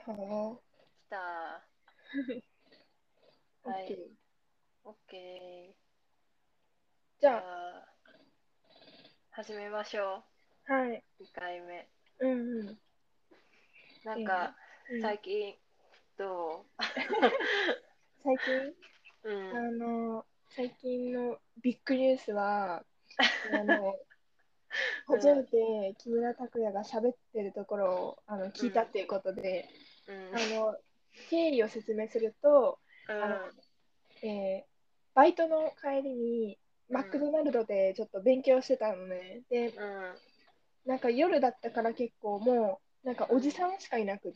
は来た。はあ。 い。 OK。 オッケー。じゃじゃあ、始めましょあ、はい。 う。2回目。 うんうん。 なんか、 うん。 最近、ど最近、 う？うん。 最近のビッグニュースは、の、 うん。 初めて木村拓哉が喋ってるところを聞いたうん。 っていうことで、 うん。 あの、経緯を説明すると、 うあの、 ん。 バイトの帰りに、 うん。 マクドナルドでちょっと勉強してたのね。で、 うん。 なんか夜だったから結構もう、なんかおじさんしかいなくって、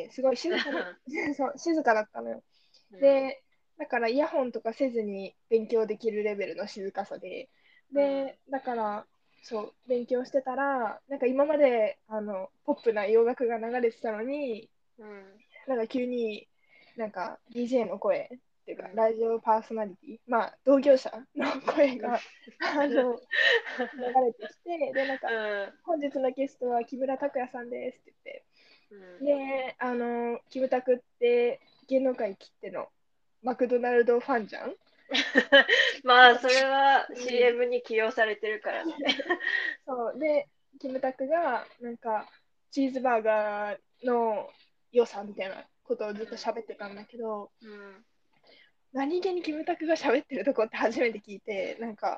すごい静かにそう、静かだったのよ。 うん。 で、だからイヤホンとかせずに勉強できるレベルの静かさで、 うん。 で、だから、そう、勉強してたら、なんか今まで、ポップな洋楽が流れてたのに、 うん。 なんか急になんか DJ の声っていうか、 うん。 ラジオパーソナリティ、まあ、同業者の声が、流れてきて、で、なんか、 うん。 本日のゲストは木村拓哉さんですってうん。 言って、で、キムタクって芸能界きってのマクドナルドファンじゃん。 まあ、それはうん、 CM に起用されてるからね。 そうで、キムタクがなんかチーズバーガーの良さみたいなことをずっと喋ってたんだけど、 うん。 何気にキムタクが喋ってるとこって初めて聞いて、なんかうん。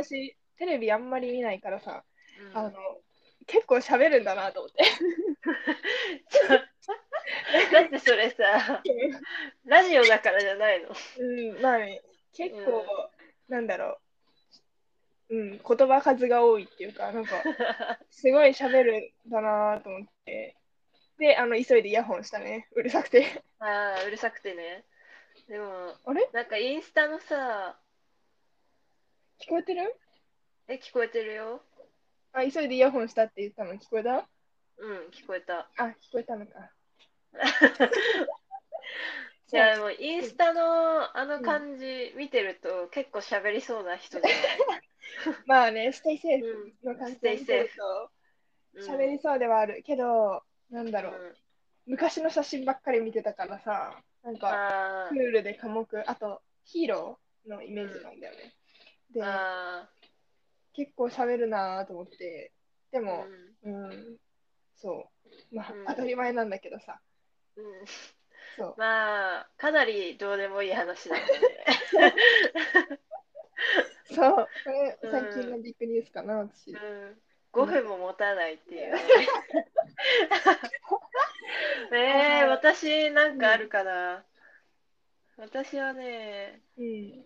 私テレビあんまり見ないからさ、 うん。 あの結構喋るんだなと思って。 だってそれさ、ラジオだからじゃないの？ うん、まあね、結構、 うん。 なんだろう、言葉数が多いっていうか、なんか、すごい喋るんだなと思って、で、急いでイヤホンしたね、うるさくて。 ああ、うるさくてね。でも、 あれなんかインスタのさ、 聞こえてる？ 聞こえてるよ。 あ、急いでイヤホンしたって言ったの聞こえた？ うん、聞こえた。 あ、聞こえたのか。 いや、 そう。 でもインうん。 スタのあのうん、 感じ見てると結構喋りそうな人じゃない？ まあね、ステイセーうん。 フの感スじを見てテイセーフ。 ると、 うん。 喋りそうではあるけど、なんだろう。 うん。 昔の写真ばっかり見てたからさ、なんか、クああ、 ールで寡黙、あと、ヒーローのイメージうん。 なんだよね。で、 ああ、 結構喋るなと思って、でも、 うん。 うん、そう、まあ、当うん。 たり前なんだけどさ、 うん。 そまあ、かなりどうでもいい話だったね。 う、そう、これ、 うん。 最近のビッグニュースかな、私。 うん。 うん、 5分も持たないっていうね。 あ私なんー、うん、 かあるかな。私はね、 うん。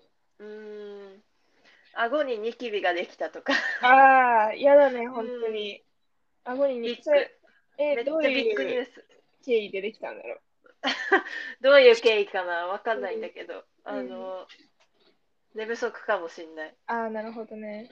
うーん、顎にニキビができたとか。 ああ、嫌だね、 う本当ん、 に。顎に、 ビッグ。めっどうちゃビッグニいうュース。 経緯でできたんだろう。 どういう経緯かなわかんないんだうん、 けど、 うん。 寝不足かもしんない。 ああ、なるほどね。 うん、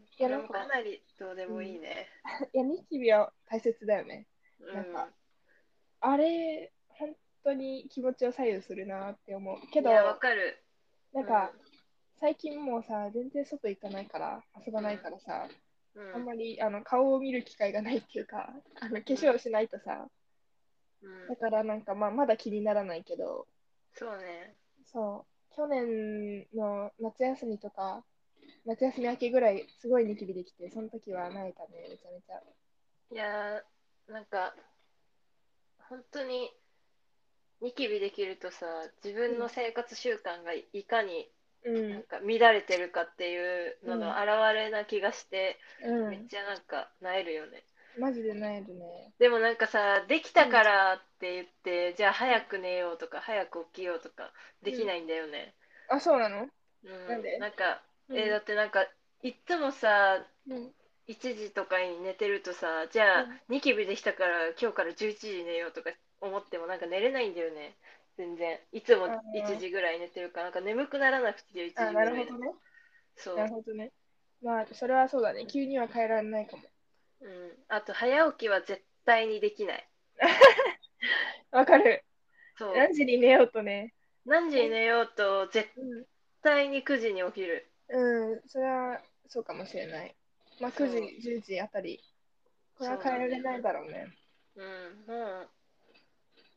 いや、 これもかなんか、 なりどうでうん。 もいいね。 いや、ニキビは大切だよね。 うなんか、 ん。 あれ、本当に気持ちを左右するなって思う。けいや、わど、 かる。 なんか、 うん、 最近もうさ、全然外行かないから、遊ばないうん、 からさ、 うん、 あんまり顔を見る機会がないっていうか、化うん、 粧しないとさ、 うん。 だからなんか、まあ、まだ気にならないけど、 そうね。 そう、去年の夏休みとか、夏休み明けぐらい、すごいニキビできて、その時は泣いたね、めちゃめちゃ。 いやなんか、本当にニキビできるとさ、自分の生活習慣がいかにうん、うん、 なんか乱れてるかっていうののうん、 表れな気がして、 うん。 めっちゃなんか萎えるよね。 マジで泣えるね。 でもなんかさ、できたうん、 からって言って、じゃあ早く寝ようとか、早く起きようとか、 うん。 できないんだよね。 あ、そうなの？ うん。 なんで？ なんか、 うん、 だってなんか、いっつもさ、 うん、 1時とかに寝てるとさ、じゃあうん。 ニキビできたから今日から11時に寝ようとか思ってもなんか寝れないんだよね。全然。いつも1 あ時ぐらい寝てるからなんか眠くならなくて1 あ、 時ぐらいなの。 なるほどね。なそるほどね。まあ、それはそうだね。急には変えられないかも。 う。うん。あと早起きは絶対にできない。 わかる。 そ何時に寝ようとね。 う。何時にね。 寝ようと絶うん。 対に9時に起きる。 うん、それはそうかもしれない。まあ、9時、 そう。 10時あたり。これはそう変えられないなんだよね。 だろうね。 うん。もう、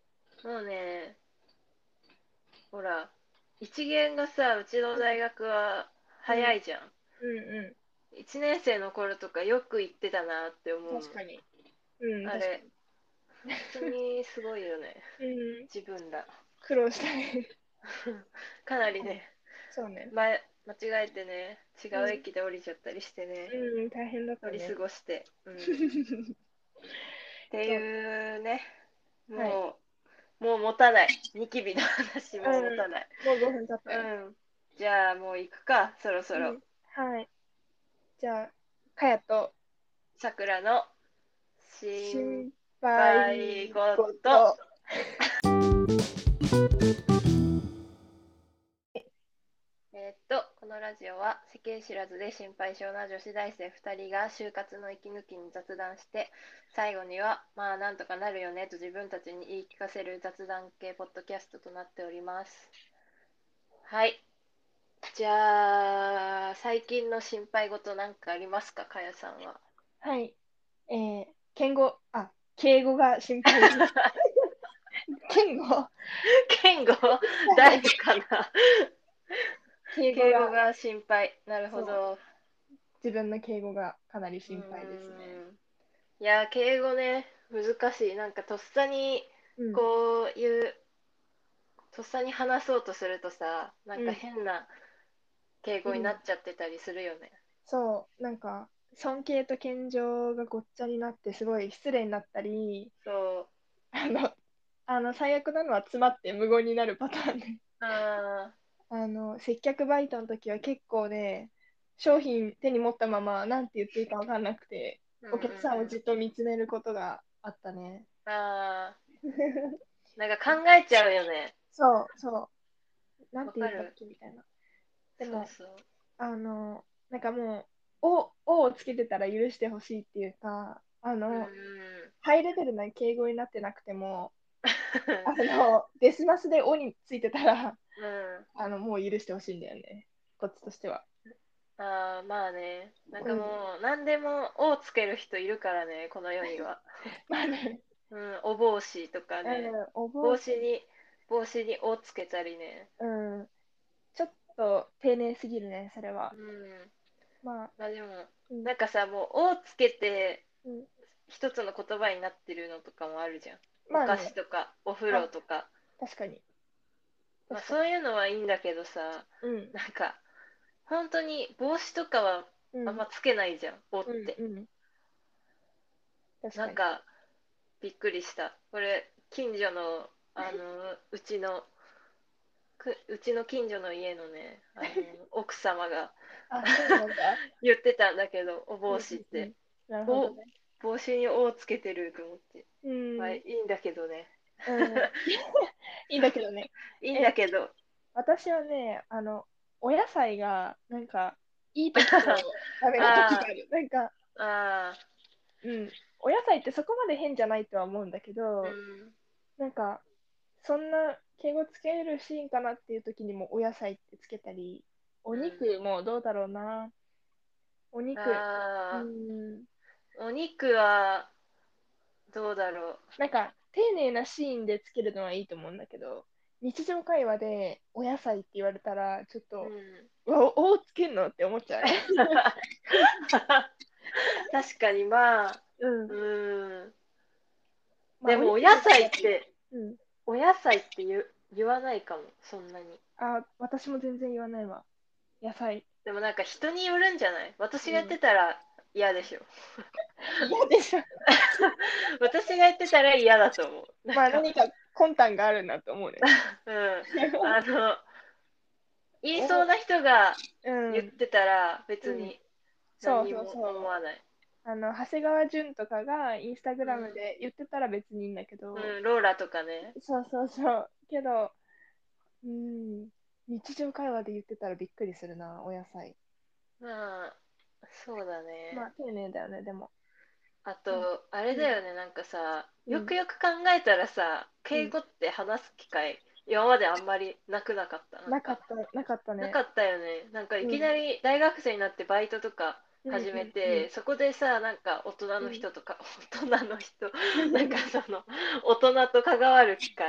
もうね、ほら、一限がさ、うちの大学は早いじゃん。 うんう 1年生の頃とかよく行ってたなって思うもん。 ん。 確かに。うん、確かあれ、本当にすごいよね。 に。うん。 自分ら。 苦労したね。 かなりね、 そうね。 間違えてね、違う駅で降りちゃったりしてね、 うん、大変だった乗り過ね。 ごして。ってそう。 いうね、 はい。 もう持たない。ニキビの話もう持うん。 たない。 もう5分経ったよ。 うん。じゃあもう行くか、そろそろ。 うん。はい。じゃあ、かやとさくらの心心配配事。 事。 このラジオは世間知らずで心配性な女子大生2人が就活の息抜きに雑談して、最後にはまあなんとかなるよねと自分たちに言い聞かせる雑談系ポッドキャストとなっております。はい。じゃあ、最近の心配事なんかありますか、かやさんは。 はい。敬語が心配です。敬語。 言語大丈夫かな。 敬語が、 敬語が心配。なるほそう、 ど。 自分の敬語がかなりうー心配ですね。 ん。いや、敬語ね、難しい。なんかとっさに、 うん。 こういう、とっさに話そうとするとさ、なんかうん。 変な敬語になうん。 っちゃってたりするよね。 そう、なんか、尊敬と謙譲がごっちゃになって、すごい失礼になったり、 そあの、最悪なのは詰まって無言になるパターンで。 う。あ接客バイトの時は結構ね、商品手に持ったまま、なんて言っていいかわかんなくて、 うんうんお客さんをうん。 じっと見つめることがあったね。 あなんか考えちゃうよね。 そう、なんて言うんだっわかる。 けみたいな。でも、 そうそう。 なんかもう、おをつけてたら許してほしいっていうか、 うん。 ハイレベルな敬語になってなくても、デスマスでおについてたら、 うん。 もう許してほしいんだよね。こっちとしては。 ああ、まあね。なんかうん。 もう、何でも「を」つける人いるからね、この世には。 まあね、 うん、お帽子とかね。 お帽子、 帽子に、帽子に「を」つけたりね。 うん、ちょっと丁寧すぎるね、それは。 うん。 まあ、 まあでも、 うん、 なんかさ、もう「を」つけて、 うん。 一つの言葉になってるのとかもあるじゃん。お菓子まあね、 とか、お風呂あ、 とか。 確かに、 まあ確かに。 そういうのはいいんだけどさ、 うん、 なんか、本当に帽子とかはうん、 あんまつけないじゃん、「を」っうん、 て。 うん、確かに。 なんか、びっくりした。これ、近所の、うちの近所の家のね、奥様があ、そうなんだ。 言ってたんだけど、おうん、 帽うん、うん。 子って。お、 なるほどね。 帽子に「お」をつけてると思って。 うまあ、 ん、 いいんだけどね。 うん。いいんだけどね。 いいんだえ、 けど。 私はね、お野菜が、なんか、いい時とダメな時があある。なんか、 あ、ああ、 うん。お野菜ってそこまで変じゃないとは思うんだけうど、 ん、 なんか、そんな敬語つけるシーンかなっていう時にもお野菜ってつけたり、お肉もどうだろうな。おうん。 肉、うああ、 ん。 お肉は、どうだろう。 なんか、丁寧なシーンでつけるのはいいと思うんだけど、日常会話でお野菜って言われたら、ちょっと、 うん。 うわおつけんのって思っちゃうね。 確かに、まあ、 うん。 うん。 まあ、おでも、 肉だったらいい。うん。 お野菜って言わないかも、そんなに。 私も全然言わないわ。野菜。 でもなんか人によるんじゃない？私がやっうん。 てたら嫌でしょ。 嫌でしょ。 私がやってたら嫌だと思う。なんまあ、 か、 何か魂胆があるんだと思うね。 うん。あの、言いそうお、 な人がうん。 言ってたらうん。 別にそう何にもそうそう。 思わない。 長谷川淳とかがインスタグうラムで言ってたら別にいいんだけど、 ん。うん、ローラとかね。 そうそうそう。けど、うん。日常会話で言ってたらびっくりするな、お野菜。 まあ、そうだね。 まあ、丁寧だよね、でも。 あうん。 と、あれだよね、なんかさ、 うん。 よくよく考えたらさ、 うん。 敬語って話す機会、今まであんまりなかった。なんか、 なかったね。 なかったよね。なんかいうん。 きなり大学生になってバイトとかうん、 始めうん、うん。 て、そこでさ、なんか大人うん。 の人とか、大人の人、なんかその、大人と関わる機会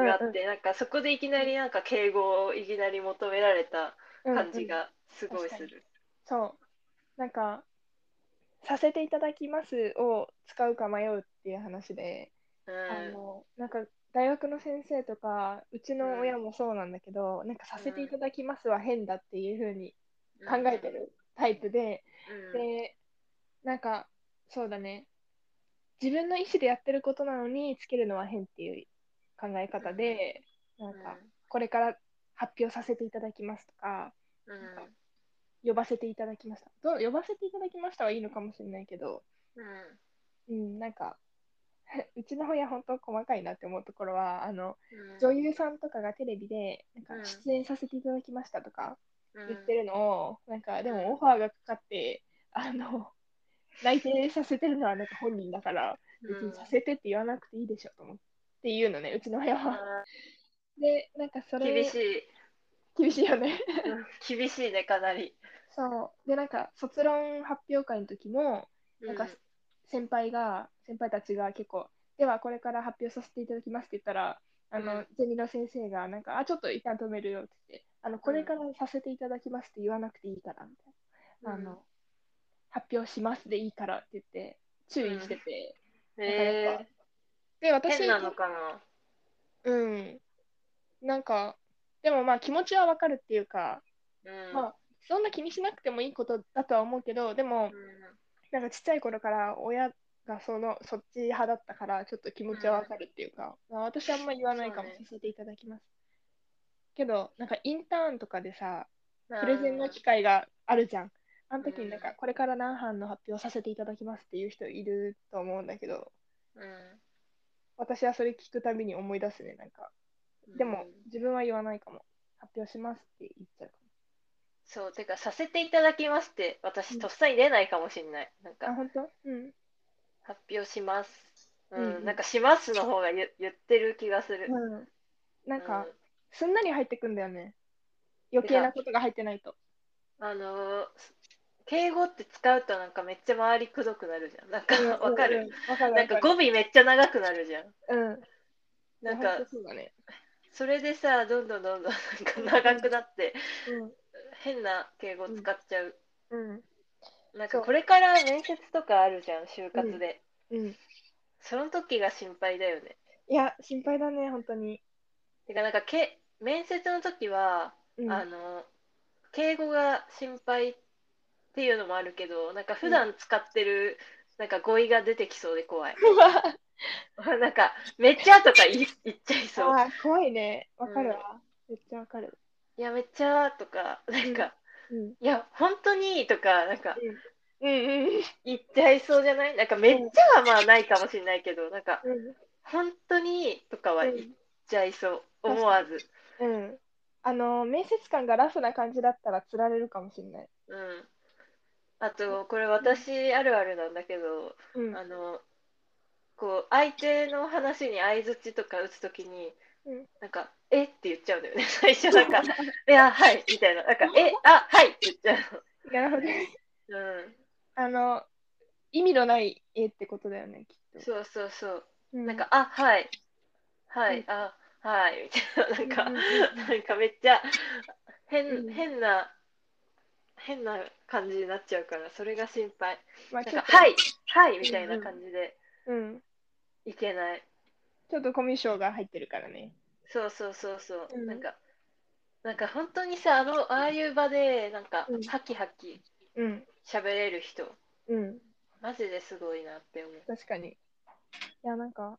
があって、なんかそこでいきなりなんか敬語をいきなり求められた感じがすごいする。 そう。なんか、させていただきますを使うか迷うっていう話で、なんか大学の先生とか、うちの親もそうなんだけど、なんかさせていただきますは変だっていうふうに考えてるタイプで、で、なんか、そうだね、自分の意思でやってることなのにつけるのは変っていう考え方で、なんか、これから発表させていただきますとか、なんか呼ばせていただきました。呼ばせていただきましたはいいのかもしれないけど、なんか、うちの親本当細かいなって思うところは、女優さんとかがテレビで、なんか出演させていただきましたとか言ってるのを、なんかでもオファーがかかって、内定させてるのはなんか本人だから、別にさせてって言わなくていいでしょと思って言うのね、うちの親は。で、なんかそれ、厳しいよね。 厳しいね、かなり。 そう。で、なんか卒論発表会の時も、なんか先輩たちが結構、ではこれから発表させていただきますって言ったら、ゼミの先生が、なんか、ちょっと一旦止めるよって言って、これからさせていただきますって言わなくていいから、みたいな。発表しますでいいからって言って、注意してて、なんかやっぱ、で、私、 変なのかな。 うん、なんか、でもまあ気持ちはわかるっていうか、まあ、そんな気にしなくてもいいことだとは思うけど、でも、なんかちっちゃい頃から親がそっち派だったから、ちょっと気持ちはわかるっていうか、まあ、私はあんま言わないかも、させていただきます。けど、なんかインターンとかでさ、プレゼンの機会があるじゃん。あの時になんか、これから何班の発表させていただきますっていう人いると思うんだけど、私はそれ聞くたびに思い出すね、なんか。でも、自分は言わないかも。発表しますって言っちゃうかそう、てか、させていただきますって、私、とっさに出ないかもしんない。なんも。 か、 本当？うん。 発表します。なんうんか、しますの方が言ってる気がする。 うん。なんか、すんなり入ってくんだよね。余てか、 計なことが入ってないと。 あのー敬語って使うとなんかめっちゃ周りくどくなるじゃん。なんか、 うんわかる？ うんうん。わかるなんかわかる。 語尾めっちゃ長くなるじゃん。 うん。いや、ほんなんか、 とそうだね。 それでさ、どんどんなんうんか長くなって、 うん。 変な敬語うん使っちゃう。 うん。 なんかそこれから面接とかあるじゃん、就う。うん。 活で。 うん。 その時が心配だよね。 いや、心配だね、本当に。 てかなんか面接の時は、 うん。 あの、敬語が心配っていうのもあるけど、なんか普うん。 段使ってる、なんか語彙が出てきそうで怖い。なんか、めっちゃとか言っちゃいそう。 ああ、怖いね。わうん。 かるわ。めっちゃわかる。 いや、めっちゃとか、なうん。 んか、 うん。 いや、本当にとか、なんか、 うん。うん。 言っちゃいそうじゃない？なんか、めっうん。 ちゃはまあないかもしれないけど、なんか、 うん。 本当にとかは言っうん。 ちゃいそう。思確かに。 わず。 うん。面接官がラフな感じだったら釣られるかもしれない。 うん。あと、これうん。 私あるあるなんだけど、 うん。 あの、こう、相手の話に相槌とか打つときに、 うん。 なんか、えって言っちゃうんだよね。最初なんか、いや、はい、みたいな。なんか、はいって言っちゃなるほどね。 うの。うん。 あの、意味のない絵ってことだよね、きっと。 そうそうそう。 うん。 なんか、はい、はうん。 い、はい、みたいな。なんうんか、 うんなんかめっちゃうん。うん。 変な感じになっちゃうから、それが心配。 まあなんか、 ちょっと、 はい、みたいなうん感じでうん。うん。 いけない。 ちょっとコミュ障が入ってるからね。 そうそうそうそう。 うん。 なんか本当にさ、ああいう場で、なんか、 うん。 ハキハキうん。 喋れる人、 うん。 マジですごいなって思う。 確かに。いや、なんか、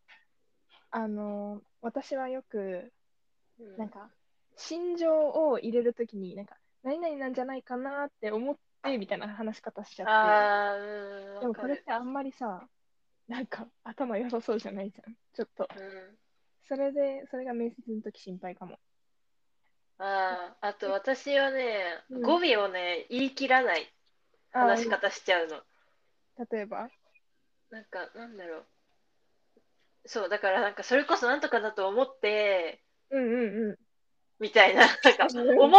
私はよく、 うん。 なんか、心情を入れるときに、なんか、何々なんじゃないかなって思って、みたいな話し方しちゃって、 わでもこれっかる。 てあんまりさ、なんか、頭良さそうじゃないじゃん。ちょっと。 うん。 それが面接の時心配かも。 あと私はね、 うん。 語尾をね、言い切らないああ、 話し方しちゃうの。 例えば。 なんか、なんだろう。そう、だからなんかそれこそなんとかだと思って、 うんうんうん。 みたいな、なんか、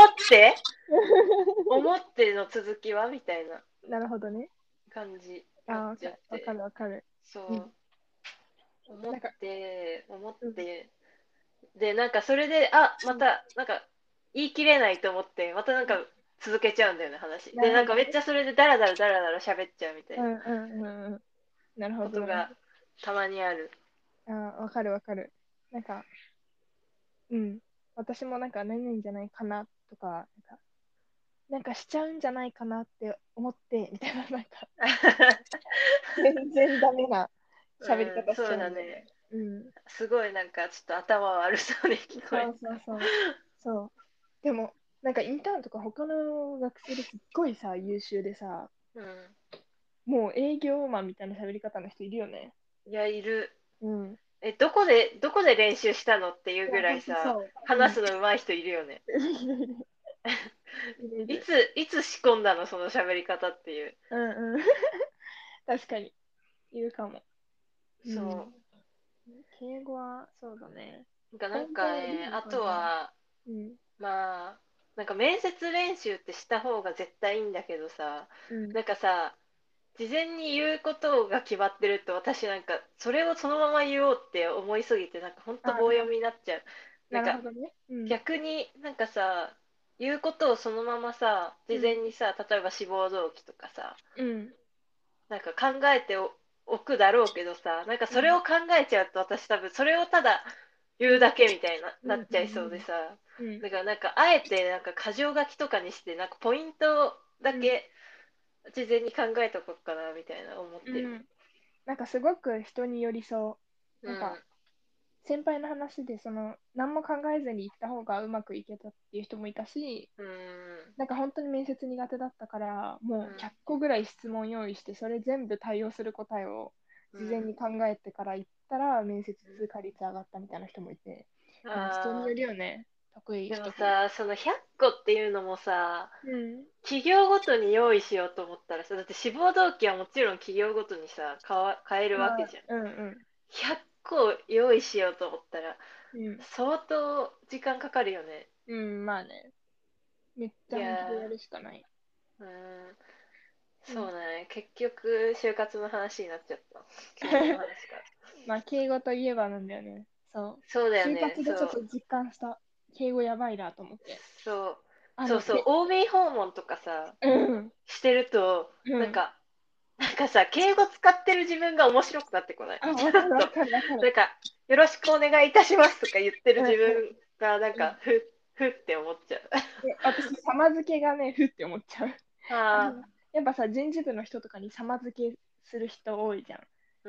思っての続きはみたいななるほどね。 感じになっああ、 ちゃっわかるて、 わかる。うん。 そう、思っなんか、 て、思っうん。 て、 で、なんかそれで、また、なんか、言い切れないと思って、またなんか続けちゃうんだよね、話。で、なんかめっなるほどね。 ちゃそれでダラダラダラダラ喋っちゃうみたいなうんうんうんうん。なるほど、 ことがなるほど。 たまにある。 あー、わかるわかる。なんか、うん。私もなんか何々じゃないかなとか、なんかしちゃうんじゃないかなって思って、みたいな、なんか、全然ダメなうん、 喋り方しちそうゃうんだよね。 だね。 うん。 すごいなんかちょっと頭悪そうに聞こえそうそうそう。そう。でも、なんかインターンとか他の学生ですっごいさ、優秀でさ、 る。うもう営業マンみたいな喋り方の人いるよね。 ん。いや、いる。 うん。 どこで練習したのっていういや、ほんぐらいさ、 とそう。うん。 話すの上手い人いるよね。 いるいるいる。いるいる。 いつ仕込んだの、その喋り方っていう。 うんうん。確かに。いるかも。うそん。敬語は、そうだね。 う。なん今後いいかね、あのかな。 とは、 うん。 まあ、なんか面接練習ってした方が絶対いいんだけどさ、 うん。 なんかさ、事前に言うことが決まってると私なんかそれをそのまま言おうって思いすぎてなんかほんと棒あ、 読みになっちゃう。なんかなるほどね。うん。 逆になんかさ、言うことをそのままさ、事うん。 前にさ、例えば志望動機とかさ、 うん。 なんか考えておくだろうけどさ、なんかうん。 それを考えちゃうと私多分それをただうん。 言うだけみたいな、 うん。 なっちゃいそうでさ、 うん。うん。 だからなんかあえてなんか箇条書きとかにしてなんかポイントだうん。 け事前に考えとこうかなみたいな思ってる。 うん。なんかすごく人によりそう。なんか、 うん。 先輩の話で、何も考えずに行った方がうまくいけたっていう人もいたし、 うん。 なんか本当に面接苦手だったから、もううん。 100個ぐらい質問用意して、それ全部対応する答えをうん。 事前に考えてから行ったら、面接通過率上がったみたいな人もいて、なんか人によああるよね。得意、 ー、で不得意。 もさ、その100個っていうのもさ、 うん。 企業ごとに用意しようと思ったらさ、だって志望動機はもちろん企業ごとにさ、変えるわけあじゃん。 ー、うん 100個用意しようと思ったら、 うん。 相当時間かかるよね。 うん。うん、まあね。めっちいやゃ本気でやるしかない。 ー、 うん。 そうね。結局、就活の話になっちゃった。敬語の話から。 まあ、敬語といえばなんだよね。そう。就そうだよね。 活でちょっと実感した。敬語やばいなと思って。 そう、 あの、 そうそう、 て、 OB 訪問とかさ、 うん、 してると、 うん。 なんかさ、敬語使ってる自分が面白くなってこない？ あ、 ちょわかるわっと、 かるわかる。 なんか、よろしくお願いいたしますとか言ってるうん、 自分が、なんうん。 か、ふって思っちゃう。 で、私、様付けがね、ふって思っちゃう。 ああ、 やっぱさ、人事部の人とかに様付けする人多いじゃうん、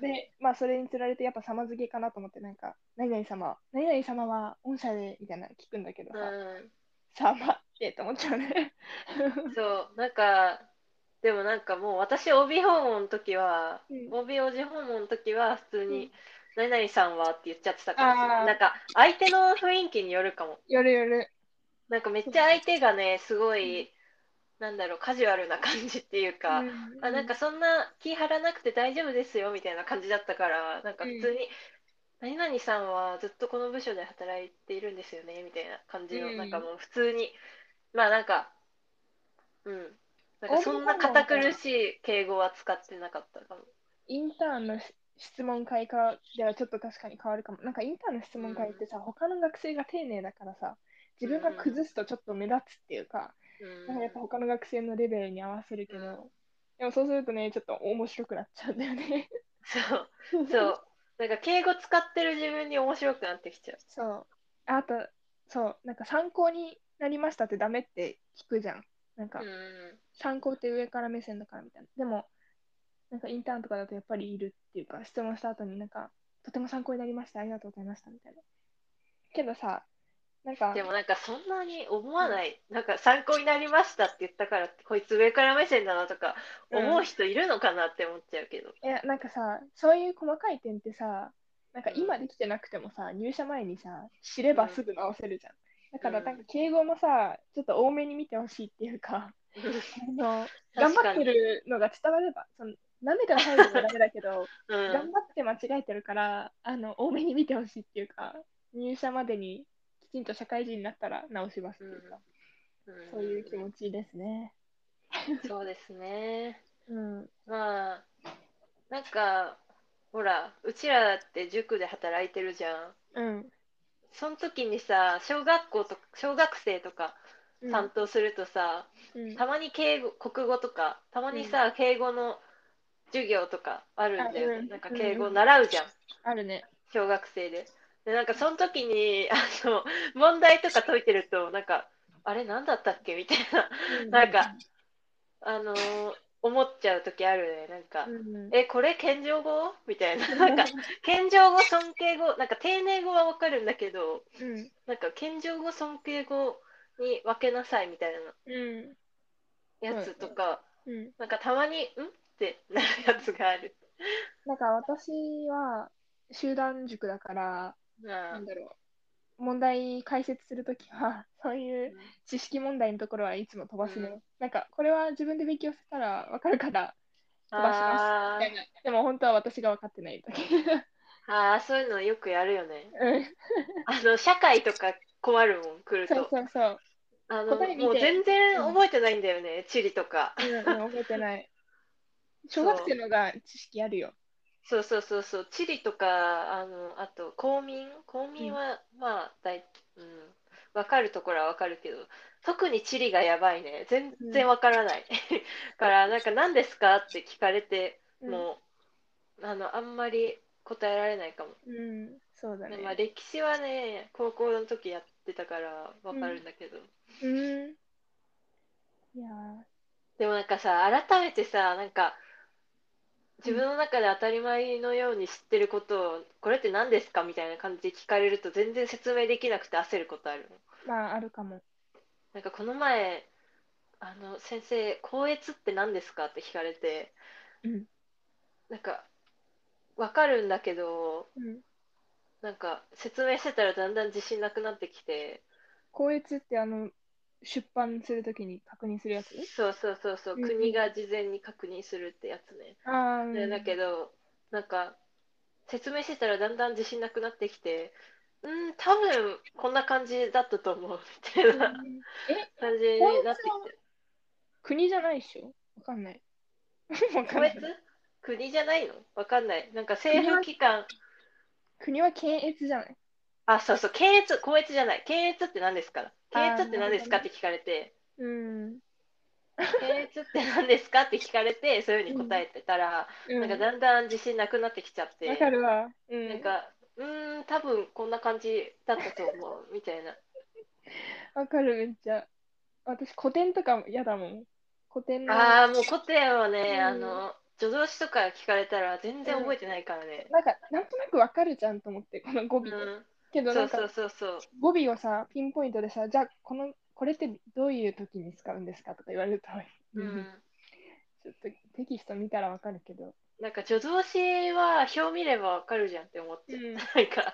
ん。で、まあ、それにつられて、やっぱ様付けかなと思って、なんか、何々様は御社で、みたいなの聞くんだけどうさ、 ん、 様って思っちゃうね。 そう、でもなんかもう私、OB 訪問の時は、 うん、 OB 訪問の時は普通うん。 に、何々さんはって言っちゃってたかもしれない。 ああ、 なんか、相手の雰囲気によるかも。 よるよる。 なんかめっそう。 ちゃ相手がね、すごうん、 い、なんだろう、カジュアルな感じっていううん、 か、なんうん、 かそんな気張らなくて大丈夫ですよみたいな感じだったから、なんかうん。 普通に、何々さんはずっとこの部署で働いているんですよねみたいな感うじの、なんかん。 もう普通に、まあなんか、うん、なんかそ OB んな訪問か堅苦しい敬語は使ってなかったかも。 インターンの質問会かではちょっと確かに変わるかも。なんかインターンの質うん、 問会ってさ、他の学生が丁寧だからさ、自うん、 分が崩すとちょっと目立つっていうか、 うん、うん、 なんかやっぱ他の学生のレベルに合わせるけど、でもそうするとね、ちょっと面白くなっちゃうんだよね。 そう、そう、なんか敬語使ってる自分に面白くなってきちゃう。 そう。あと、そう、なんか参考になりましたってダメって聞くじゃん。なんうか、 ん、 参考って上から目線だからみたいな。でも、なんかインターンとかだとやっぱりいるっていうか、質問した後になんか、とても参考になりました、ありがとうございましたみたいな。けどさ、なんか、 でもなんかそんなに思うん、 わない。なんか参考になりましたって言ったからって、こいつ上から目線だなとかうん。 思う人いるのかなって思っちゃうけど。 なんかさ、そういう細かい点ってさ、なんかうん、 今できてなくてもさ、入社前にさ、知れうん、 ばすぐ直せるじゃん。だうん。 からなんか敬語もさ、ちょっと多めに見てほしいっていうか、頑張って確かに。 るのが伝われば、舐めた態度はダメだけど、 うん、 頑張って間違えてるから、多めに見てほしいっていうか、入社までにきちんと社会人になったら直しますうん、 っていうか、 うん、うん、うん。 そういう気持ちですね。 そうですね。 うん。 まあ、なんか、ほら、うちらだって塾で働いてるじゃん。 うん。 その時にさ、小学生とか担当するとさ、たまに国語とか、たまにさ、敬語の授業とかあるんだよね。なんか敬語習うじゃん。 あるね。 小学生で。で、なんかその時に、問題とか解いてると、なんか、あれ何だったっけみたいな、なんか、思っちゃう時あるね。なんか、これ謙譲語みたいな。なんか、謙譲語、尊敬語、なんか丁寧語はわかるんだけど、なんか、謙譲語、尊敬語に分けなさいみたいなやつとか、なんかたまに、ってなるやつがある。 なんか私は集団塾だから、なんだろう、問題解説するときは、そういう知識問題のところはいつも飛ばすね。なんか、これは自分で勉強したらわかるから飛ばします。みたいな。でも本当は私が分かってないとき。 そういうのよくやるよね。 うん。 社会とか困るもん、来るそうと。 そうそう。答え見もうて、 全然覚えてないんだよね、地理とか。 覚えてない。小学生そう。 のが知識あるよ。 そうそうそうそう。地理とか、あと、公民は、まあ、わかるところはわかるけど、特に地理がやばいね。全然わからない。から、なんか、何ですかって聞かれて、もう、あんまり答えられないかも。 そうだでまあ、 ね。 歴史はね、高校の時やってたからわかるんだけど。 いやー、 でもなんかさ、改めてさ、なんか、自分の中で当たり前のように知ってることを、これって何ですかみたいな感じで聞かれると全然説明できなくて焦ることあるの。 まあ、あるかも。 なんかこの前、先生、校閲って何ですかって聞かれて、なんか、わかるんだけど、なんか説明してたらだんだん自信なくなってきて、 校閲って出版するときに確認するやつ？ そうそうそうそう、国が事前に確認するってやつね。で、だけど、なんか、説明してたらだんだん自信なくなってきて、多分こんな感じだったと思うみたいな感じ校になってきて。 閲は国じゃないでしょ？わかんない。わかん校閲ない。 国じゃないのわかんない。なんか政国は、 府機関、 国は検閲じゃない？ そうそう、検閲、校閲じゃない。検閲って何ですか検閲っなてるほどね。 何ですかって聞かれて、 うん。 検閲って何ですかって聞かれて、そういうふうに答えてたら、なんかだんだん自信なくなってきちゃっわかて、 るわ。 なんか、多分こんな感じだったと思う、みたいな。 わかる、めっちゃ。私、古典とかも嫌だもん。古典の、 もう古典はうね、 ん、 助動詞とか聞かれたら全然覚えてないからね。 なんか、なんとなくわかるじゃんと思って、この語尾で。 うん。 けど、なんか、 そうそうそうそう。 語尾をさ、ピンポイントでさ、じゃあ、これってどういう時に使うんですかとか言われると、 うん。 ちょっとテキスト見たらわかるけど。 なんか助動詞は表見ればわかるじゃんって思っちゃう。なんか、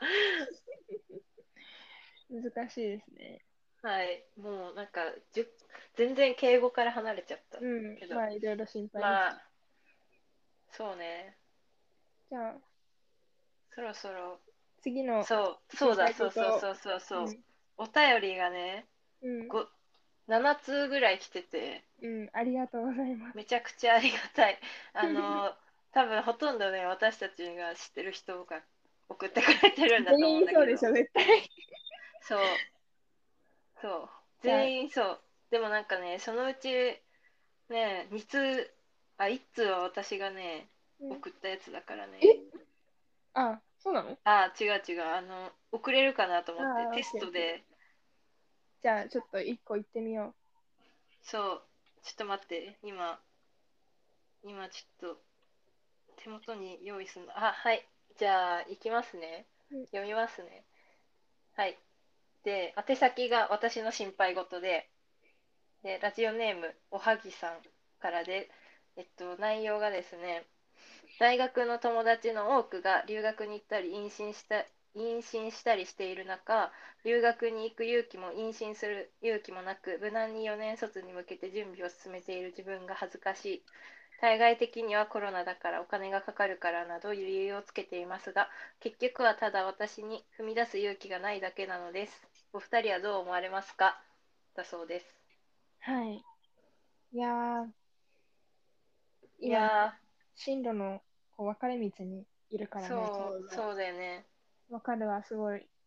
難しいですね。 はい。もうなんか、全然敬語から離れちゃったけど。 まあ、いろいろ心配です。 まあ、そうね。 じゃあ、 そろそろ、 次のそうだ、 心配そうそう事。 そうそうそう。 うん、 お便りがね、 うん、 7通ぐらい来てて、 ありがとうございます。 めちゃくちゃありがたい。多分ほとんどね、私たちが知ってる人が送ってくれてるんだと思全うんだけど、 員そうでしょ、絶対。 そう、そう、 じゃあ、 全員そう。でもなんかね、そのうちね、2通、1通は私がね、送ったやつだからえ、 ね。 そうなの？ 違う違う、送れるかなと思って、 オテッケーオッケー。 ストで、 じゃあ、ちょっと一個行ってみよそう、ちょっと待って、今ちょっと手元に用意するの。はい。じゃあ、行きますね。 う。 読みますね。はい。で、宛先が私の心配事で、ラジオネーム、おはぎさんからで、内容がですね、大学の友達の多くが留学に行ったり妊娠したりしている中、留学に行く勇気も妊娠する勇気もなく、無難に4年卒に向けて準備を進めている自分が恥ずかしい。対外的にはコロナだからお金がかかるからなどいう理由をつけていますが、結局はただ私に踏み出す勇気がないだけなのです。お二人はどう思われますか？だそうです。 はい。いやー、今ね、 いや進路の分かれ道にいるからね、ちょうど。 そうだよね。 わかるわ、すごい。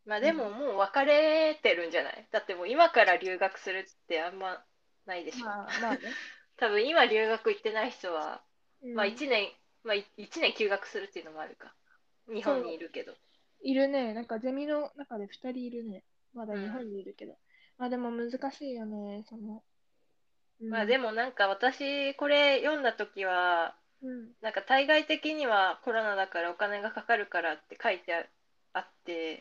まあでももう別れてるんじゃない？だってもう今から留学するってあんまないでしょ。 まあまあね。 多分今留学行ってない人は、まあうん。 1年、まあ1年休学するっていうのもあるか。日本にいそう、 るけど。 いるね。なんかゼミの中で2人いるね。まだうん。 日本にいるけど。まあでも難しいよね。うん。 まあでもなんか私これ読んだ時は、 うん。 なんか対外的にはコロナだからお金がかかるからって書いてあって、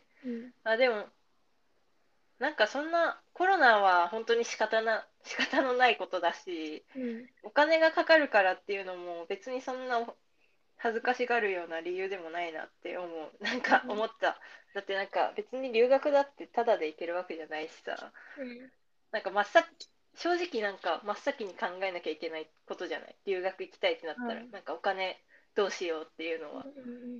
うん。 あ、でもなんかそんなコロナは本当に仕方のないことだし、 うん。 お金がかかるからっていうのも別にそんな恥ずかしがるような理由でもないなって思う。なんかうん。 思った。だってなんか別に留学だってタダで行けるわけじゃないしさ、 うん。 なんか正直なんか真っ先に考えなきゃいけないことじゃない。留学行きたいってなったら、 うん。 なんかお金どうしようっていうのは。 うん。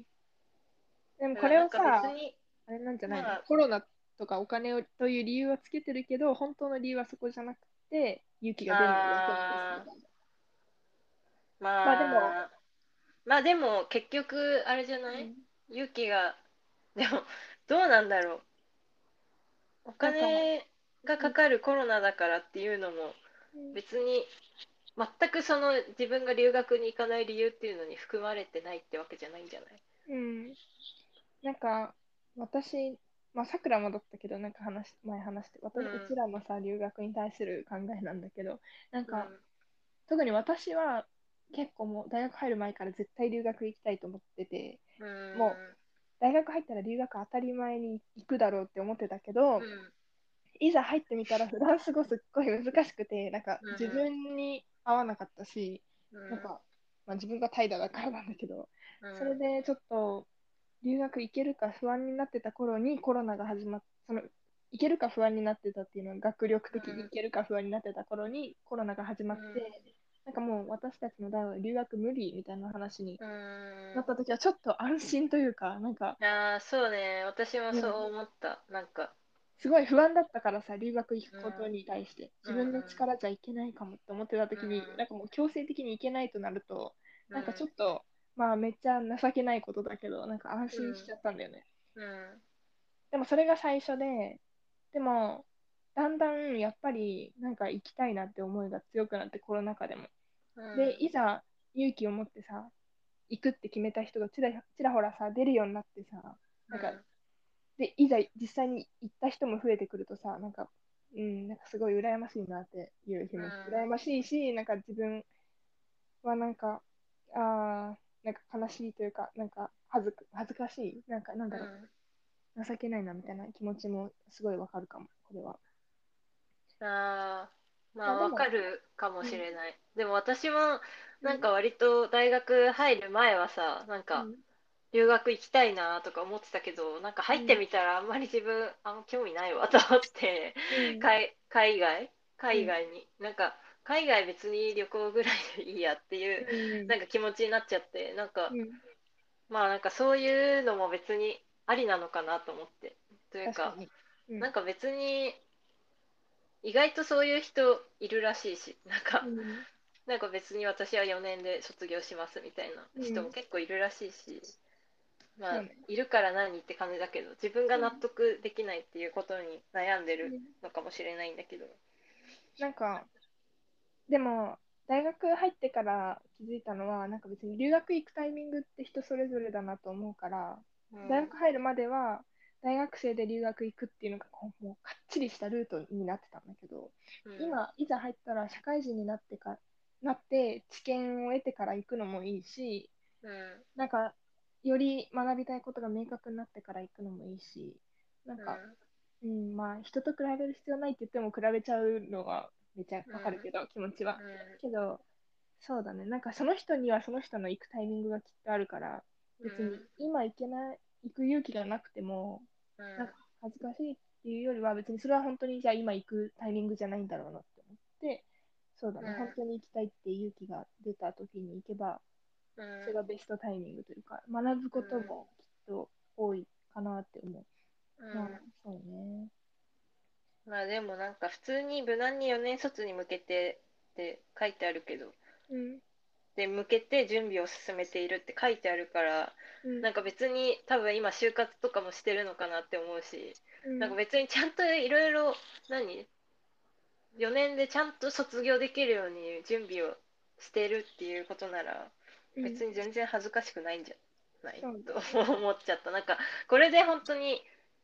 でもこだからなんか別れをさ、 に、 あれなんじゃないの？ まあ、 コロナとかお金をという理由はつけてるけど、本当の理由はそこじゃなくて、勇気が出ないだけなんですみあたいな。まあでも、 まあ、まあでも結局あれじゃない？ うん、 勇気が、でもどうなんだろう。おなんか、 金がうん、 かかるコロナだからっていうのもうん、 別に全くその自分が留学に行かない理由っていうのに含まれてないってわけじゃないんじゃない？ うん、なんか、私、まあ、さくらもだったけど、前話して、うちうんらのさ、留学に対する考えなんだけど、なんか、 うん特に私は結構もう大学入る前から絶対留学行きたいと思ってて、 うもうん大学入ったら留学当たり前に行くだろうって思ってたけど、 うんいざ入ってみたらフランス語すっごい難しくて、なんかうん自分に合わなかったし、 うんなんか、まあ、自分が怠惰だからなんだけど、それうんでちょっと留学行けるか不安になってた頃にコロナが始まっ行けるか不安になってたっていうのは学力的に行けるか不安になってた頃にコロナが始まって、なんかもう私たちの代は留学無理みたいな話にうんなった時はちょっと安心というか、なんか、 ああー、そうね。私もそううん、 思った。なんか、 すごい不安だったからさ、留学行くことうんに対して、自うんうん分の力じゃいけないかもって思ってた時に、なんかもう強制的に行けないとなると、なんかちょっうんと、まあめっちゃ情けないことだけど、なんか安心しちゃうんったんだよね。 うんでもそれが最初で、でも、だんだんやっぱりなんか行きたいなって思いが強くなって、コロナ禍でも。で、いざ勇気を持ってさ、行くって決めた人がちらほらさ、出るようになってさ、なんか、で、いざ実際に行った人も増えてくるとさ、なんか、うん、なんかすごい羨ましいなっていう気持ち。羨ましいし、なんか自分はなんか、なんか悲しいというか、なんか恥ずかしい、なんかなんだろうんう、情けないなみたいな気持ちもすごいわかるかも、これは。 ああ、まあわかまあでも、 るかもうん、 しれない。でも私もうん、 なんか割と大学入る前はさ、なんかうん、 留学行きたいなとか思ってたけど、なんか入ってうん、 みたらあんまり自分あんま興味ないわと思って、 うん、 海外うん、 海外に、なんか海外別に旅行ぐらいでいいやっていううん、 なんか気持ちになっちゃって、なんかうん、 まあなんかそういうのも別にありなのかなと思って。というか、 確かに。うん、 なんか別に意外とそういう人いるらしいし、 うん、 なんか別に私は4年で卒業しますみたいな人もうん、 結構いるらしいし、まあ、 そうね。 いるから何って感じだけど、自分が納うん、 得できないっていうことに悩んでるうん、 のかもしれないんだけど。 なんか、でも、大学入ってから気づいたのは、なんか別に留学行くタイミングって人それぞれだなと思うから、 うん、 大学入るまでは、大学生で留学行くっていうのがもうかっちりしたルートになってたんだけど、 うん、 今、いざ入ったら社会人になって知見を得てから行くのもいいし、 うん、 なんか、より学びたいことが明確になってから行くのもいいし、なんか、 うん、 うん、まあ、人と比べる必要ないって言っても比べちゃうのはめっちゃわかるけど、気持ちは。 うん、 けど、そうだね。なんかその人にはその人の行くタイミングがきっとあるから、 うん、 別に今行く勇気がなくても、 うん、 なんか恥ずかしいっていうよりは別にそれは本当にじゃあ今行くタイミングじゃないんだろうなって思って、そうだね。本当に行きたいって勇気が出た時に行けば、 うん、 それがベストタイミングというか、学ぶこともきっと多いかなって思う。 うん。 まあ、そうね。 まあでもなんか普通に無難に4年卒に向けてって書いてあるけど、 うん。 で向けて準備を進めているって書いてあるから、なんか別に多分今就活とかもしてるのかなって思うし、なんか別にちゃんといろいろ4年でちゃんと卒業できるように準備をしてるっていうことなら、別に全然恥ずかしくないんじゃないと思っちゃった。なんかこれで本当に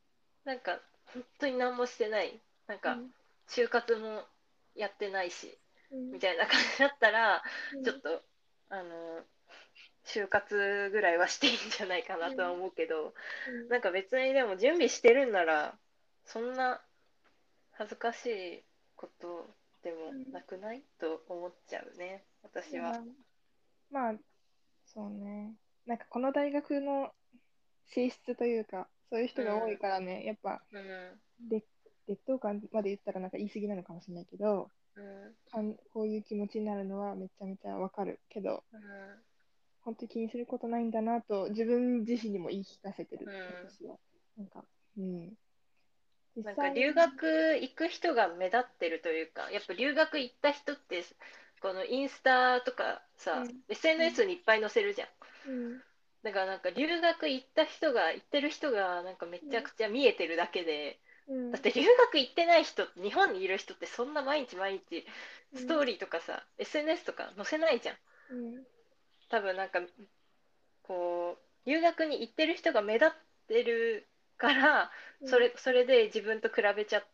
何もしてない、なんか就活もやってないし、みたいな感じだったら、ちょっと就活ぐらいはしていいんじゃないかなとは思うけど、なんか別にでも準備してるんならそんな恥ずかしいことでもなくないと思っちゃうね、私は。 まあ、そうね。なんかこの大学の性質というか、そういう人が多いからね、やっぱ、劣等感まで言ったらなんか言い過ぎなのかもしれないけど、こういう気持ちになるのはめちゃめちゃわかるけど、本当に気にすることないんだなと自分自身にも言い聞かせてる、私は。なんか、 なんか留学行く人が目立ってるというか、やっぱ留学行った人ってこのインスタとかさ、SNS にいっぱい載せるじゃん。だからなんか留学行ってる人がなんかめちゃくちゃ見えてるだけで、だって留学行ってない人、日本にいる人ってそんな毎日毎日ストーリーとかさ、SNS とか載せないじゃん。多分なんかこう留学に行ってる人が目立ってるから、それで自分と比べちゃって、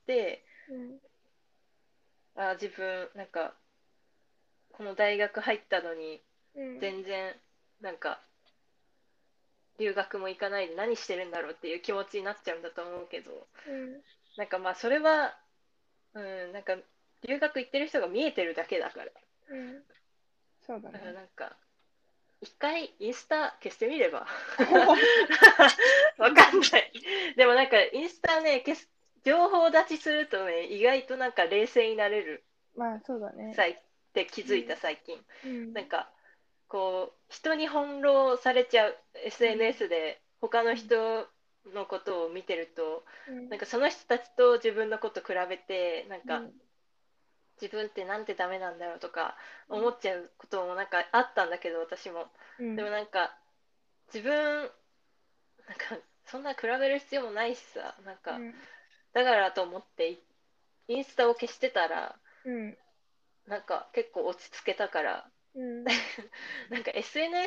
自分なんかこの大学入ったのに全然なんか留学も行かないで何してるんだろうっていう気持ちになっちゃうんだと思うけど、なんかまあそれは、なんか留学行ってる人が見えてるだけだから、 そうだね。 だからなんか一回インスタ消してみればわかんない。でもなんかインスタね、情報立ちするとね、意外となんか冷静になれるまあそうだね。 って気づいた最近。なんかこう人に翻弄されちゃう SNS で他の人のことを見てると、なんかその人たちと自分のこと比べて、なんか自分ってなんてダメなんだろうとか思っちゃうこともなんかあったんだけど、私も。でもなんか自分なんかそんな比べる必要もないしさ、なんかだからと思ってインスタを消してたら、なんか結構落ち着けたから、なんか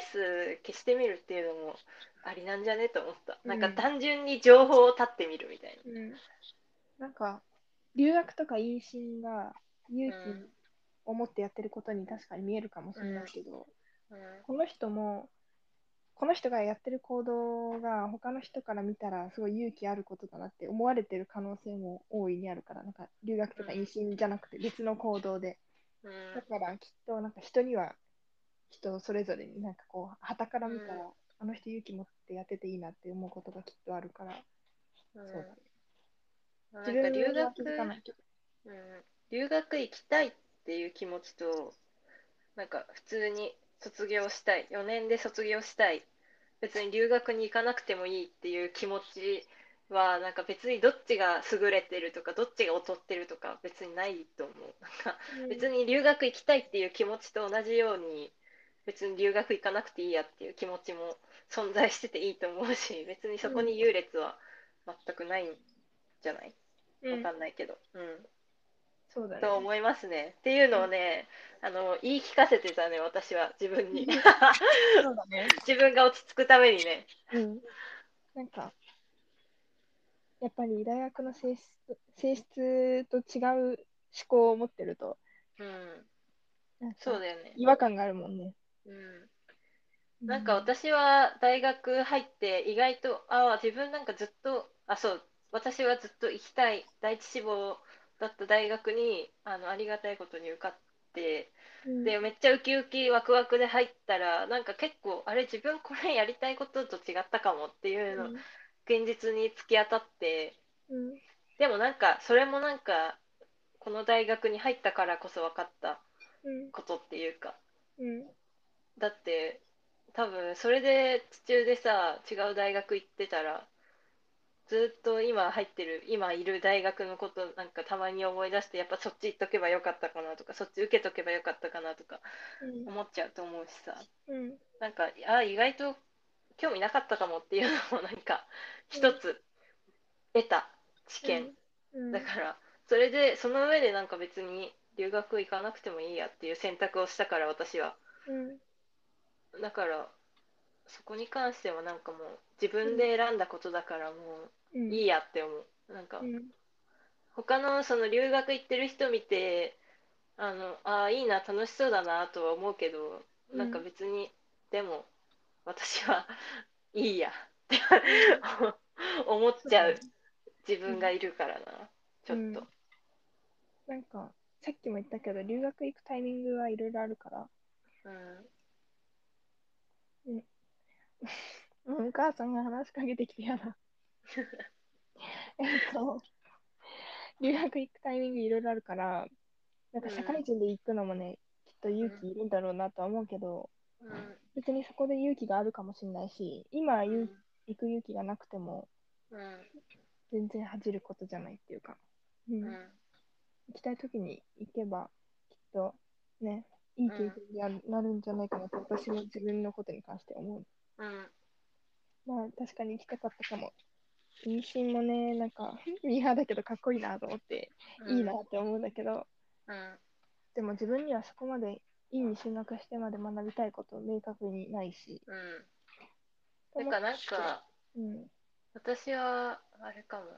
SNS 消してみるっていうのもありなんじゃねと思った。なんか単純に情報を立ってみるみたいな。なんか、留学とか妊娠が勇気を持ってやってることに確かに見えるかもしれないけど、この人がやってる行動が他の人から見たらすごい勇気あることだなって思われてる可能性も大いにあるから、なんか留学とか妊娠じゃなくて別の行動で。だからきっとなんか人には人それぞれになんかこう、傍から見たら、あの人勇気持ってやってていいなって思うことがきっとあるから、そうだね。自分は気づかないけど。 留学行きたいっていう気持ちと、なんか普通に卒業したい、4年で卒業したい、別に留学に行かなくてもいいっていう気持ちは、なんか別にどっちが優れてるとかどっちが劣ってるとか別にないと思う。なんか別に留学行きたいっていう気持ちと同じように、別に留学行かなくていいやっていう気持ちも存在してていいと思うし、別にそこに優劣は全くないんじゃない？わかんないけど、 そうだね。 と思いますね。っていうのをね、言い聞かせてたね、私は自分に。 そうだね。 自分が落ち着くためにね。 なんか、やっぱり大学の性質と違う思考を持ってると、なんかそうだよね。 違和感があるもんね。 なんか私は大学入って意外と、自分なんかずっと、そう、私はずっと行きたい第一志望だった大学に、ありがたいことに受かって、で、めっちゃウキウキワクワクで入ったら、なんか結構、あれ自分これやりたいことと違ったかもっていうの、現実に突き当たって、でもなんか、それもなんか、この大学に入ったからこそ分かったことっていうか、だって多分それで途中でさ違う大学行ってたらずっと今いる大学のことなんかたまに思い出して、やっぱそっち行っとけばよかったかなとか、そっち受けとけばよかったかなとかうん思っちゃうと思うしさ、 うんなんか意外と興味なかったかもっていうのもなんかうん一つ得た知見うんうんだから、それでその上でなんか別に留学行かなくてもいいやっていう選択をしたから私は。 うんだからそこに関してはなんかもう自分で選んだことだからもういいやって思う。なんかうん他のその留学行ってる人見て、いいな、楽しそうだなとは思うけど、なんかうん別に、でも私はいいやってうん思っそうだね。 ちゃう自うん分がいるからな、ちょっと。 うんなんかさっきも言ったけど留学行くタイミングはいろいろあるから、 うん。 うん、お母さんが話しかけてきてやだ。えっと留学行くタイミングいろいろあるから、なんか社会うん。 人で行くのもね、きっとうん。 勇気いるんだろうなとは思うけど、 うん。 別にそこで勇気があるかもしれないし、今行く勇気がなくても、 うん。 全然恥じることじゃないっていうか、うん、 うん。 行きたい時に行けば、きっとね、いいうん。 経験になるんじゃないかなと、私も自分のことに関して思う。 うん。 まあ、確かに行きたかったかも。妊娠もね、なんか、ミーハーだけどかっこいいなと思って、いいなって思うんだけど、 うん。 でも自分にはそこまで院に進学してまで学びたいこと明確にないし、 うん。 と思って、 なんかうん、 私はあれかも。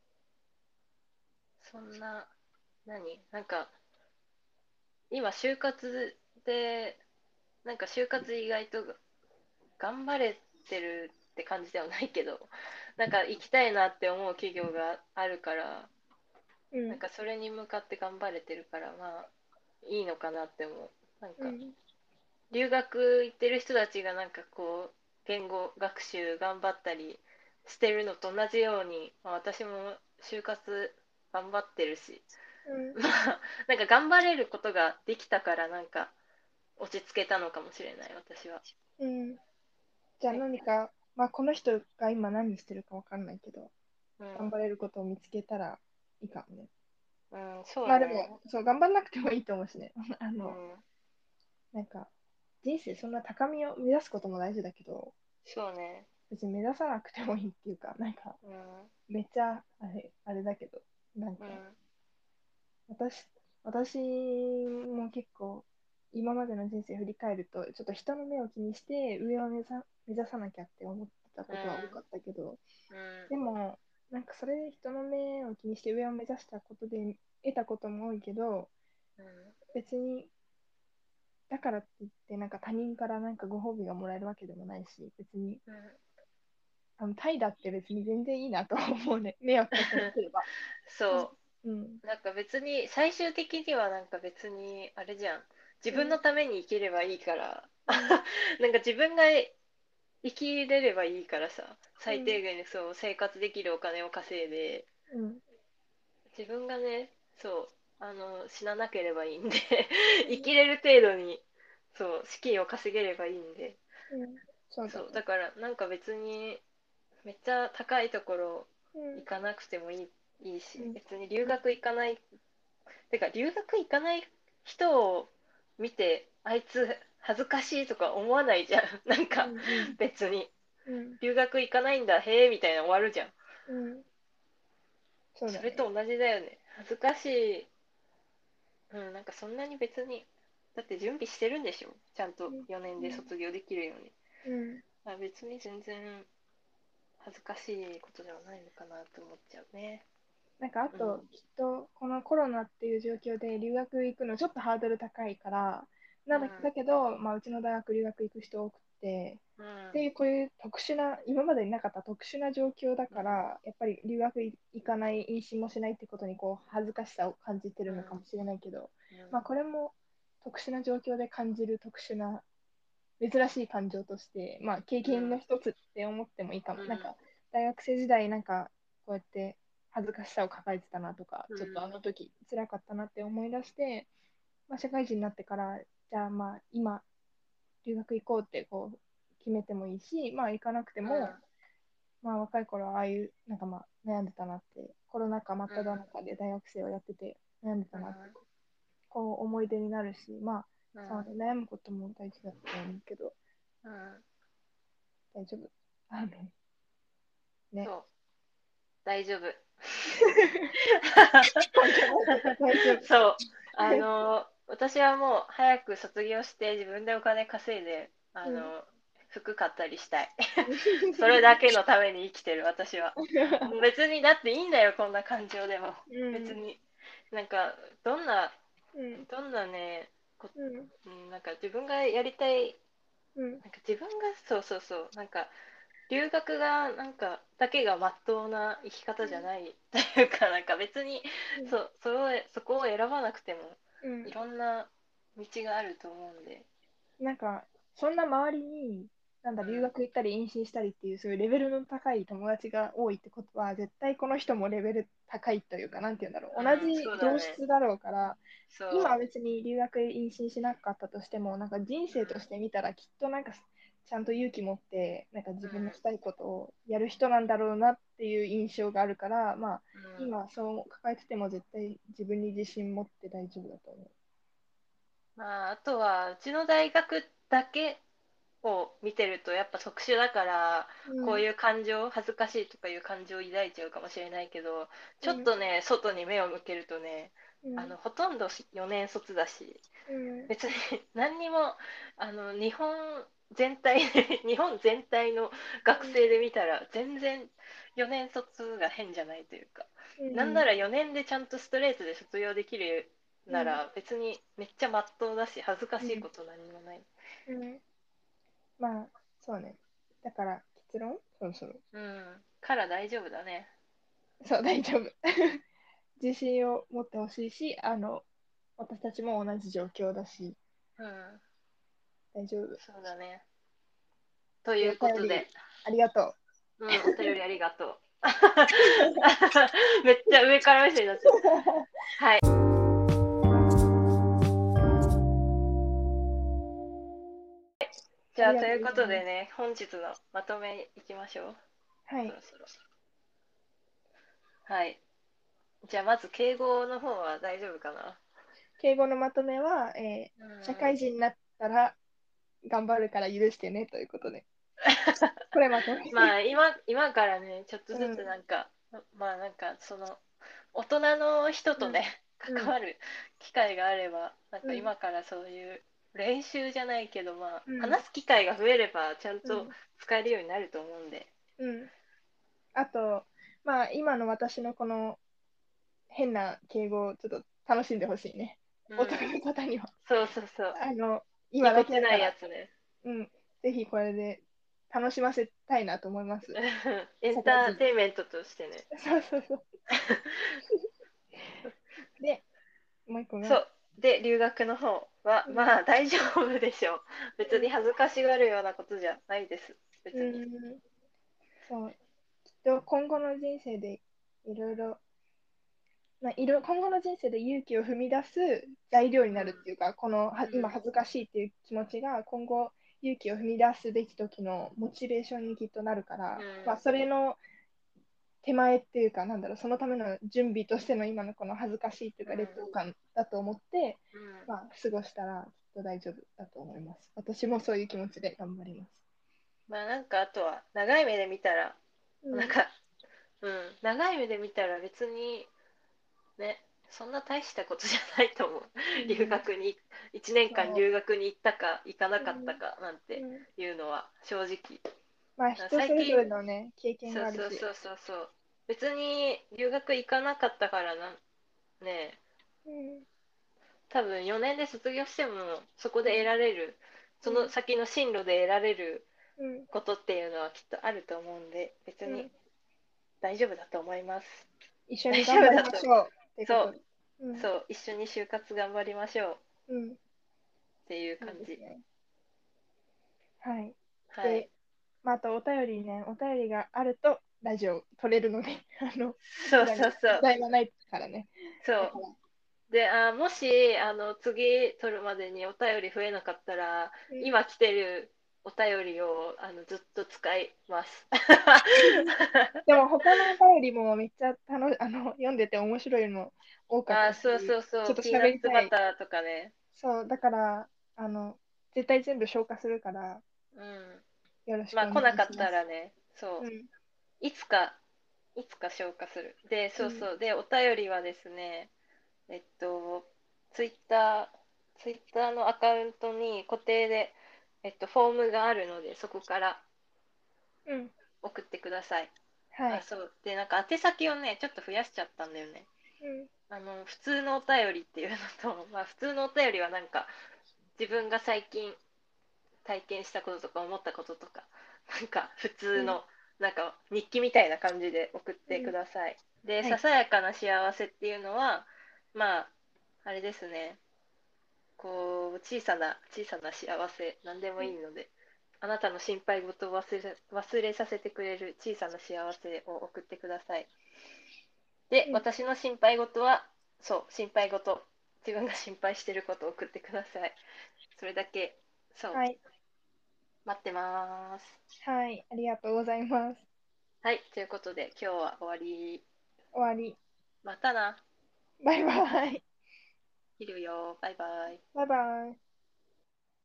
そんな、なんか今就活で、なんか就活意外と頑張れてるって感じではないけど、なんか行きたいなって思う企業があるから、 うん、 なんかそれに向かって頑張れてるから、まあいいのかなって思う。なんかうん、 留学行ってる人たちがなんかこう言語学習頑張ったりしてるのと同じように、まあ、私も就活頑張ってるし、 うん、 まあなんか頑張れることができたからなんか落ち着けたのかもしれない私は。 うん。じゃあね。 何か、まあこの人が今何してるかわかんないけど、 うん。 頑張れることを見つけたらいいかもね。 うん、そうまあでも、 ね。 そう、頑張んなくてもいいと思うしね。 うん。 なんか、人生そんな高みを目指すことも大事だけど、 そうね。 別に目指さなくてもいいっていうか、なんか、 うん。 めっちゃ、あれだけど、なんか、 うん。 私、私も結構、今までの人生振り返ると、ちょっと人の目を気にして上を目指さなきゃって思ってたうん。 ことは多かったけど、 うん。 でも、なんかそれで人の目を気にして上を目指したことで得たことも多いけど、 うん。 別に、だからって言って、なんか他人からなんかご褒美がもらえるわけでもないし、別に、 うん。 タイだって別に全然いいなと思うね。迷惑かけなければ。 そうん。 う。なんか別に最終的にはなんか別にあれじゃん。自うん。 分のために生きればいいから、 うん。 なんか自分が生きれればいいからさ、 うん。 最低限にそう生活できるお金を稼いで、 うん。 自分がね、そう、死ななければいいんでうん。 生きれる程度に、そう、資金を稼げればいいんで、 うん。そうだそう、 ね。 だからなんか別にめっちゃ高いところうん。 行かなくてもいいし、 うん。 別に留学行かない、てか留学行かない人を見て、あいつ恥ずかしいとか思わないじゃん。なんうん。 かうん。 別に、 うん。 留学行かないんだ、へえ、みたいな終わるじゃん。 うん。そうだね。 それと同じだよね。恥ずかしい。うん、なんかそんなに別に、だって準備してるんでしょちゃんとうん。 4年うん。 で卒業できるように。 うん。 別に全然恥ずかしいことではないのかなと思っちゃうね。 なんかあうん。 と、きっとこのコロナっていう状況で留学行くのちょっとハードル高いから、だうん。 けど、まあ、うちの大学留学行く人多くて、 うん。 で、こういう特殊な、今までになかった特殊な状況だうん。 から、やっぱり留学行かない、妊娠もしないってことにこう恥ずかしさを感じてうん。 るのかもしれないけど、 うん。 まあ、これも特殊な状況で感じる特殊な、珍しい感情として、まあ、経うん。 験の一つって思ってもいいかも。 うん。 なんか、大学生時代、なんか、こうやって恥ずかしさを抱えてたなとか、 うん。 ちょっとあの時辛かったなって思い出して、まあ、社会人になってから、じゃあまあ、今、留学行こうってこう決めてもいいし、まあ行かなくても、 まあ若い頃はああいうなんかまあ悩んでたなって、コロナ禍真っ只中で大学生をやってて悩んでたなって、こう思い出になるし、まあそうね、悩むことも大事だと思うけど、大丈夫。ね。 そう、大丈夫。 根拠ないけど大丈夫。 そう、私はもう早く卒業して自分でお金稼いで、服買ったりしたい。それだけのために生きてる私は。別にだっていいんだよ、こんな感情でも。別に。なんか、どんなね、なんか自分がやりたい、なんか自分が、そう、なんか、留学がなんかだけがまっとうな生き方じゃないというか、なんか別にそこを選ばなくてもいろんな道があると思うんで、 なんか、そんな周りに、なんだ、留学行ったり、妊娠したりっていう、そういうレベルの高い友達が多いってことは、絶対この人もレベル高いというか、なんて言うんだろう。同じそうだね、 同質だろうから、 そう、 今は別に留学妊娠しなかったとしても、なんか人生として見たら、きっとなんか、ちゃんと勇気持って、なんか自分のしたいことをやる人なんだろうなっていう印象があるから、まあ、今そう抱えてても絶対自分に自信持って大丈夫だと思う。 まああとはうちの大学だけを見てるとやっぱ特殊だから、こういう感情、恥ずかしいとかいう感情を抱いちゃうかもしれないけど、ちょっとね外に目を向けるとね、ほとんど4年卒だし、別に何にも日本全体で日本全体の学生で見たら全然4年卒が変じゃないというか、なんなら4年でちゃんとストレートで卒業できるなら別にめっちゃまっとうだし恥ずかしいこと何もない。 まあ、そうね。だから、結論そろそろ。 から大丈夫だね。 そう、大丈夫。自信を持ってほしいし、私たちも同じ状況だし、大丈夫。 そうだね。とで、 いうこお便りとで、 ありがとう。 お便りありがとう。めっちゃ上から目線になっちゃった。はい。じゃあ、 ありがということうございます。 とでね、本日のまとめいきましょう。 はい。 そろそろ。はい。じゃあ、まず敬語の方は大丈夫かな。 敬語のまとめは、社会人になったら頑張るから許してねということで。これまとめ。 まあ、今からね、ちょっとずつうん。 なんか、まあなんか、大人の人とね、 うん。うん。 関わる機会があれば、なんかうん。 今からそういう練習じゃないけど、まあ、 うん。 話す機会が増えれば、ちゃんとうん。 使えるようになると思うんで。 うん。あと、まあ、今の私のこの変な敬語をちょっと楽しんでほしいね。 うん。 大人の方には。 そうそうそう。 あの、今だぎこちないけだから、 やつね。 うん、ぜひこれで楽しませたいなと思います。 エンタ社会人。 ーテインメントとしてね。 そうそうそう。で、もう一個が、 そう。で、留学の方は、 うん、 まあ大丈夫でしょう。別に恥ずかしがるようなことじゃないです。別うん、 に。 うん、そう。きっと今後の人生でいろいろ、今後の人生で勇気を踏み出す材料になるっていうか、この今恥ずかしいっていう気持ちが今後勇気を踏み出すべき時のモチベーションにきっとなるから、まあ、それの手前っていうか、なんだろう、そのための準備としての今のこの恥ずかしいっていうか、劣等感だと思って、まあ、過ごしたらきっと大丈夫だと思います。私もそういう気持ちで頑張ります。 まあなんかあとは長い目で見たら、 うん、 なんか、長い目で見たら別にね、そんな大したことじゃないと思う。 う留ん、 学に、1年間そ留学に行ったか行かなう、 かったかなんうん、 てうん。 いうのは正直。 まあ、人そ最近、 れぞれのね、経験そうがあるし。 そうそうそうそう。別に留学行かなかったからね、 うん、 多分4年で卒業してもそこで得られる、そうん、 の先の進路で得られるうん、 ことっていうのはきっとあると思うんで、別にうん。 大丈夫だと思います。 一緒大に頑張り丈夫だと。 ましょう。ってこそう、 とで。うん、 そう、一緒に就活頑張りましょうっうん。 ていうそう感じ。 ですね。はい。 はい。 で、まあ、あとお便りがあるとラジオ撮れるので、 そう普段そうそう。 時代がないからね。 そう。 だから、 で、もし、次取るまでにお便り増えなかったら、 うん、 今来てるお便りをずっと使います。 でも他のお便りもめっちゃ読んでて面白いの多かったし、 そうそうそう、 ちょっとピーナッ喋りたい。 ツバターとかね。 そう、だから、絶対全部消化するから、 うん。 よろしまあくお願来なかっいします。 たらね、そうん、 う、いつか消化する。で、 うん、 そうそう。で、お便りはですね、えっと、ツイッタツイッターのアカウントに固定で、フォームがあるので、そこからうん、 送ってください。あ、 はい。 そう。で、なんか宛先をね、ちょっと増やしちゃったんだよね。 うん、 普通のお便りっていうのと、まあ、普通のお便りはなんか、自分が最近体験したこととか思ったこととか、なんか普うん、 通の、なんか日記みたいな感じで送ってくうん、 ださい。で、 はい。 ささやかな幸せっていうのは、まあ、あれですね、こう、小さな幸せ、なんでもうん、 いいので、あなたの心配事を忘れさせてくれる小さな幸せを送ってください。で、 うん、 私の心配事は、そう、心配事。自分が心配してることを送ってください。それだけ、そう、 はい。 待ってます。 はい。ありがとうございます。 はい、ということで今日は終わり。 終わり。 またな。 バイバイ。 いるよ。バイバイ。 バイバイ。